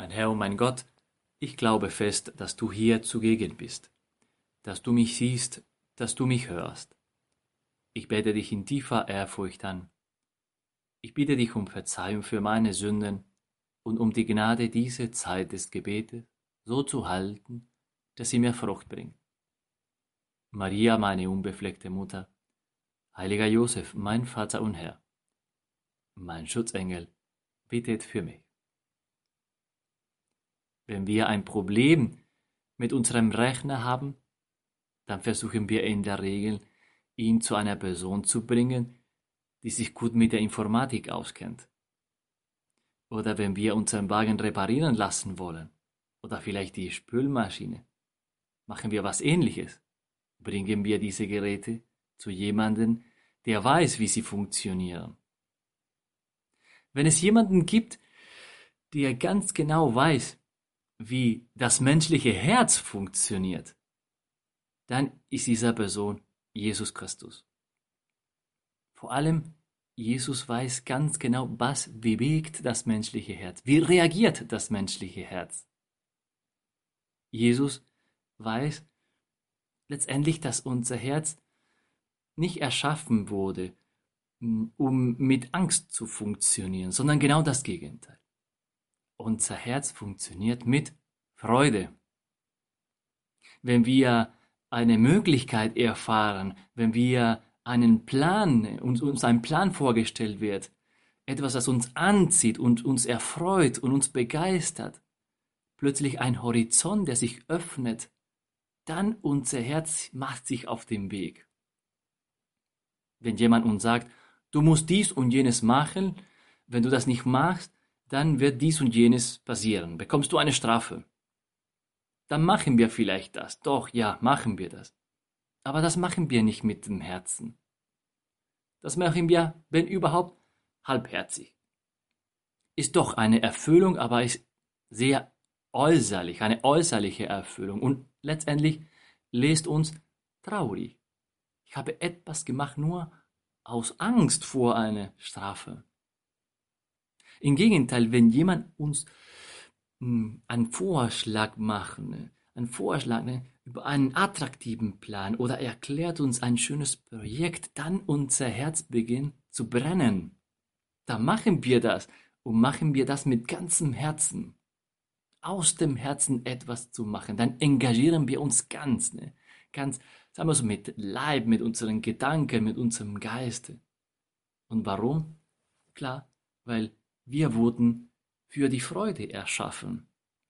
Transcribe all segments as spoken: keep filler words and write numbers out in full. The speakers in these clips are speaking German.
Mein Herr und mein Gott, ich glaube fest, dass du hier zugegen bist, dass du mich siehst, dass du mich hörst. Ich bete dich in tiefer Ehrfurcht an. Ich bitte dich um Verzeihung für meine Sünden und um die Gnade, diese Zeit des Gebetes so zu halten, dass sie mir Frucht bringt. Maria, meine unbefleckte Mutter, heiliger Josef, mein Vater und Herr, mein Schutzengel, bittet für mich. Wenn wir ein Problem mit unserem Rechner haben, dann versuchen wir in der Regel, ihn zu einer Person zu bringen, die sich gut mit der Informatik auskennt. Oder wenn wir unseren Wagen reparieren lassen wollen, oder vielleicht die Spülmaschine, machen wir was Ähnliches. Bringen wir diese Geräte zu jemandem, der weiß, wie sie funktionieren. Wenn es jemanden gibt, der ganz genau weiß, wie das menschliche Herz funktioniert, dann ist dieser Person Jesus Christus. Vor allem, Jesus weiß ganz genau, was bewegt das menschliche Herz. Wie reagiert das menschliche Herz? Jesus weiß letztendlich, dass unser Herz nicht erschaffen wurde, um mit Angst zu funktionieren, sondern genau das Gegenteil. Unser Herz funktioniert mit Freude. Wenn wir eine Möglichkeit erfahren, wenn wir einen Plan, uns, uns ein Plan vorgestellt wird, etwas, das uns anzieht und uns erfreut und uns begeistert, plötzlich ein Horizont, der sich öffnet, dann unser Herz macht sich auf den Weg. Wenn jemand uns sagt, du musst dies und jenes machen, wenn du das nicht machst, dann wird dies und jenes passieren, bekommst du eine Strafe. Dann machen wir vielleicht das. Doch, ja, machen wir das. Aber das machen wir nicht mit dem Herzen. Das machen wir, wenn überhaupt, halbherzig. Ist doch eine Erfüllung, aber ist sehr äußerlich, eine äußerliche Erfüllung und letztendlich lässt uns traurig. Ich habe etwas gemacht nur aus Angst vor einer Strafe. Im Gegenteil, wenn jemand uns mh, einen Vorschlag macht, ne, einen Vorschlag ne, über einen attraktiven Plan oder erklärt uns ein schönes Projekt, dann unser Herz beginnt zu brennen. Da machen wir das und machen wir das mit ganzem Herzen. Aus dem Herzen etwas zu machen, dann engagieren wir uns ganz, ne? Ganz, sagen wir so, mit Leib, mit unseren Gedanken, mit unserem Geiste. Und warum? Klar, weil wir wurden für die Freude erschaffen.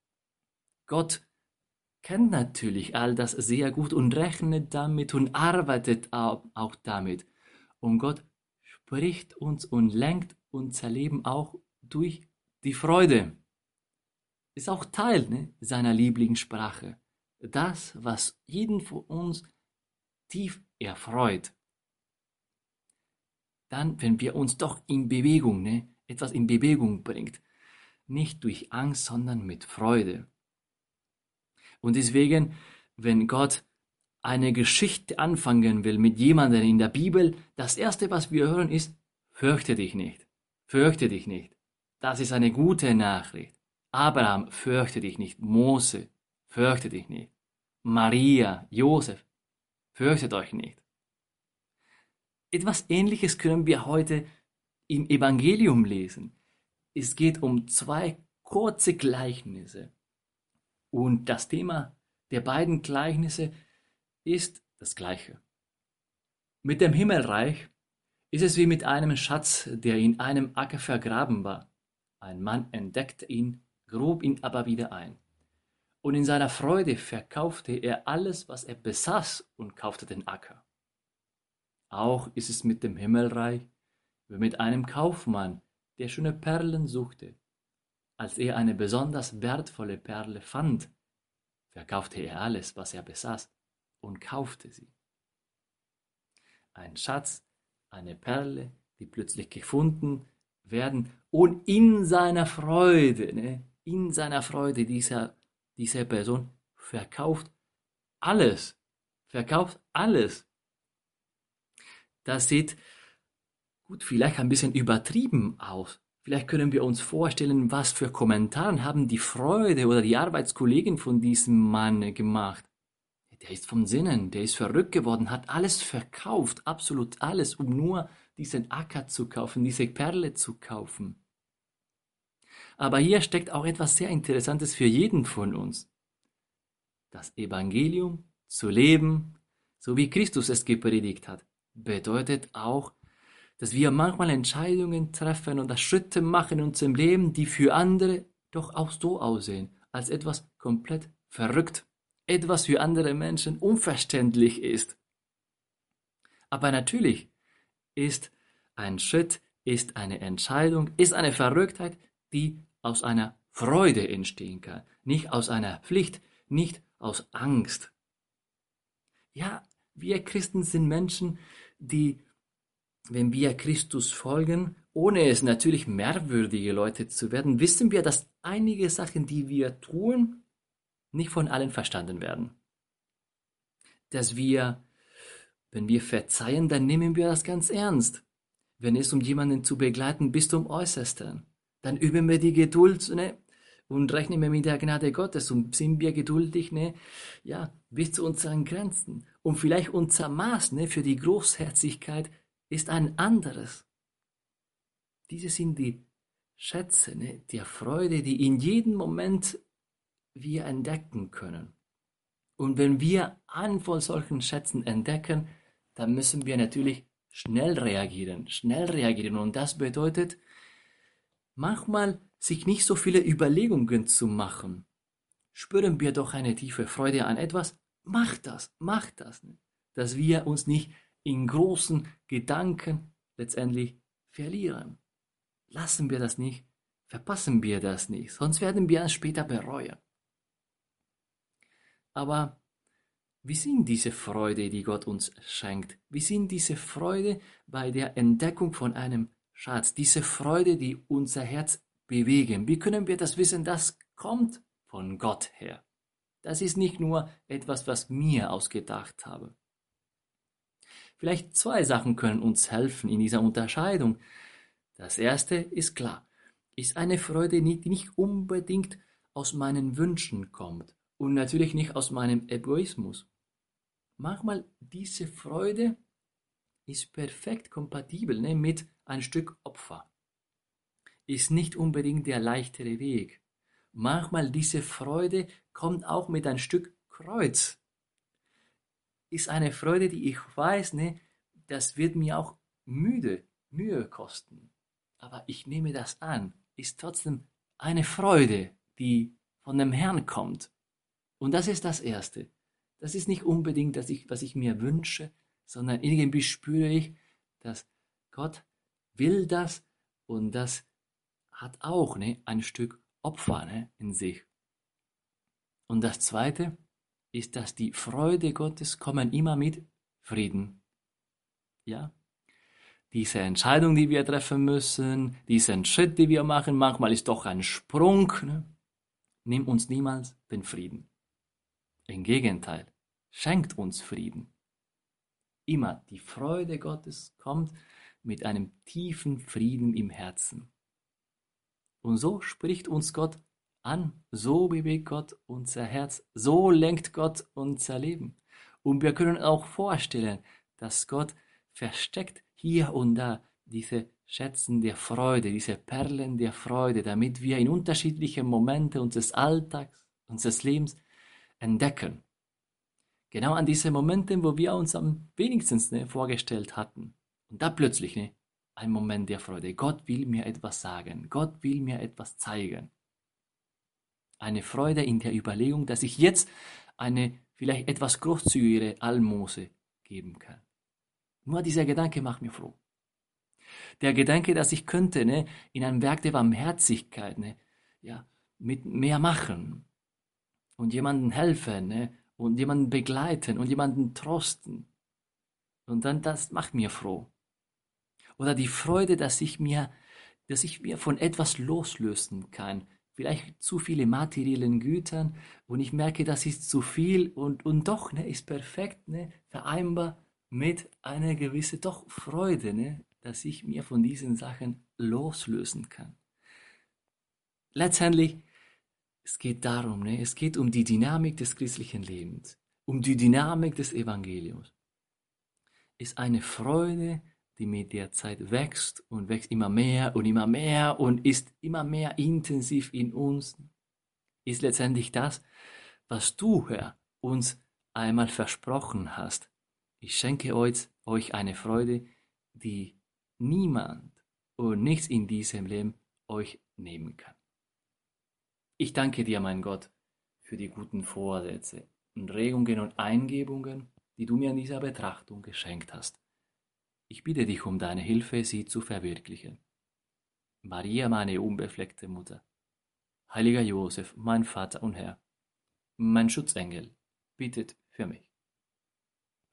Gott kennt natürlich all das sehr gut und rechnet damit und arbeitet auch damit. Und Gott spricht uns und lenkt unser Leben auch durch die Freude. Ist auch Teil ne, seiner Lieblingssprache. Das, was jeden von uns tief erfreut. Dann, wenn wir uns doch in Bewegung, ne, etwas in Bewegung bringt. Nicht durch Angst, sondern mit Freude. Und deswegen, wenn Gott eine Geschichte anfangen will mit jemandem in der Bibel, das Erste, was wir hören, ist, fürchte dich nicht. Fürchte dich nicht. Das ist eine gute Nachricht. Abraham, fürchte dich nicht. Mose, fürchte dich nicht. Maria, Josef, fürchtet euch nicht. Etwas Ähnliches können wir heute im Evangelium lesen. Es geht um zwei kurze Gleichnisse. Und das Thema der beiden Gleichnisse ist das gleiche. Mit dem Himmelreich ist es wie mit einem Schatz, der in einem Acker vergraben war. Ein Mann entdeckte ihn, grub ihn aber wieder ein. Und in seiner Freude verkaufte er alles, was er besaß, und kaufte den Acker. Auch ist es mit dem Himmelreich wie mit einem Kaufmann, der schöne Perlen suchte. Als er eine besonders wertvolle Perle fand, verkaufte er alles, was er besaß, und kaufte sie. Ein Schatz, eine Perle, die plötzlich gefunden werden und in seiner Freude, ne, in seiner Freude dieser, dieser Person verkauft alles, verkauft alles. Das sieht gut, vielleicht ein bisschen übertrieben aus, Vielleicht können wir uns vorstellen, was für Kommentare haben die Freude oder die Arbeitskollegen von diesem Mann gemacht. Der ist vom Sinnen, der ist verrückt geworden, hat alles verkauft, absolut alles, um nur diesen Acker zu kaufen, diese Perle zu kaufen. Aber hier steckt auch etwas sehr Interessantes für jeden von uns. Das Evangelium zu leben, so wie Christus es gepredigt hat, bedeutet auch, dass wir manchmal Entscheidungen treffen oder Schritte machen in unserem Leben, die für andere doch auch so aussehen, als etwas komplett verrückt, etwas für andere Menschen unverständlich ist. Aber natürlich ist ein Schritt, ist eine Entscheidung, ist eine Verrücktheit, die aus einer Freude entstehen kann, nicht aus einer Pflicht, nicht aus Angst. Ja, wir Christen sind Menschen, die, wenn wir Christus folgen, ohne es natürlich merkwürdige Leute zu werden, wissen wir, dass einige Sachen, die wir tun, nicht von allen verstanden werden. Dass wir, wenn wir verzeihen, dann nehmen wir das ganz ernst. Wenn es um jemanden zu begleiten bis zum Äußersten, dann üben wir die Geduld, ne? Und rechnen wir mit der Gnade Gottes und sind wir geduldig, ne? Ja, bis zu unseren Grenzen. Und vielleicht unser Maß, ne, für die Großherzigkeit ist ein anderes. Diese sind die Schätze, ne, der Freude, die in jedem Moment wir entdecken können. Und wenn wir einen von solchen Schätzen entdecken, dann müssen wir natürlich schnell reagieren, schnell reagieren. Und das bedeutet, manchmal sich nicht so viele Überlegungen zu machen. Spüren wir doch eine tiefe Freude an etwas, mach das, mach das. Dass wir uns nicht in großen Gedanken letztendlich verlieren. Lassen wir das nicht, verpassen wir das nicht, sonst werden wir es später bereuen. Aber wie sind diese Freude, die Gott uns schenkt? Wie sind diese Freude bei der Entdeckung von einem Schatz? Diese Freude, die unser Herz bewegen. Wie können wir das wissen? Das kommt von Gott her. Das ist nicht nur etwas, was mir ausgedacht habe. Vielleicht zwei Sachen können uns helfen in dieser Unterscheidung. Das erste ist klar, ist eine Freude, die nicht unbedingt aus meinen Wünschen kommt und natürlich nicht aus meinem Egoismus. Manchmal diese Freude ist perfekt kompatibel, ne, mit ein Stück Opfer. Ist nicht unbedingt der leichtere Weg. Manchmal diese Freude kommt auch mit ein Stück Kreuz. Ist eine Freude, die ich weiß, ne, das wird mir auch müde, Mühe kosten. Aber ich nehme das an. Ist trotzdem eine Freude, die von dem Herrn kommt. Und das ist das Erste. Das ist nicht unbedingt, dass ich, was ich mir wünsche, sondern irgendwie spüre ich, dass Gott will das und das hat auch, ne, ein Stück Opfer, ne, in sich. Und das Zweite ist, dass die Freude Gottes kommen immer mit Frieden. Ja? Diese Entscheidung, die wir treffen müssen, diesen Schritt, den wir machen, manchmal ist doch ein Sprung, ne? Nimmt uns niemals den Frieden. Im Gegenteil, schenkt uns Frieden. Immer die Freude Gottes kommt mit einem tiefen Frieden im Herzen. Und so spricht uns Gott an, so bewegt Gott unser Herz, so lenkt Gott unser Leben. Und wir können auch vorstellen, dass Gott versteckt hier und da diese Schätzen der Freude, diese Perlen der Freude, damit wir in unterschiedlichen Momenten unseres Alltags, unseres Lebens entdecken. Genau an diese Momente, wo wir uns am wenigsten, ne, vorgestellt hatten. Und da plötzlich, ne, ein Moment der Freude. Gott will mir etwas sagen. Gott will mir etwas zeigen. Eine Freude in der Überlegung, dass ich jetzt eine vielleicht etwas großzügigere Almose geben kann. Nur dieser Gedanke macht mir froh. Der Gedanke, dass ich könnte, ne, in einem Werk der Barmherzigkeit, ne, ja, mit mehr machen und jemandem helfen, ne, und jemanden begleiten und jemanden trosten. Und dann, das macht mir froh. Oder die Freude, dass ich mir, dass ich mir von etwas loslösen kann. Vielleicht zu viele materiellen Gütern und ich merke, das ist zu viel und, und doch, ne, ist perfekt, ne, vereinbar mit einer gewissen doch Freude, ne, dass ich mir von diesen Sachen loslösen kann. Letztendlich, es geht darum, ne? Es geht um die Dynamik des christlichen Lebens, um die Dynamik des Evangeliums. Ist eine Freude, die mit der Zeit wächst und wächst immer mehr und immer mehr und ist immer mehr intensiv in uns, ist letztendlich das, was du, Herr, uns einmal versprochen hast. Ich schenke euch, euch eine Freude, die niemand und nichts in diesem Leben euch nehmen kann. Ich danke dir, mein Gott, für die guten Vorsätze und Regungen und Eingebungen, die du mir in dieser Betrachtung geschenkt hast. Ich bitte dich um deine Hilfe, sie zu verwirklichen. Maria, meine unbefleckte Mutter, heiliger Josef, mein Vater und Herr, mein Schutzengel, bittet für mich.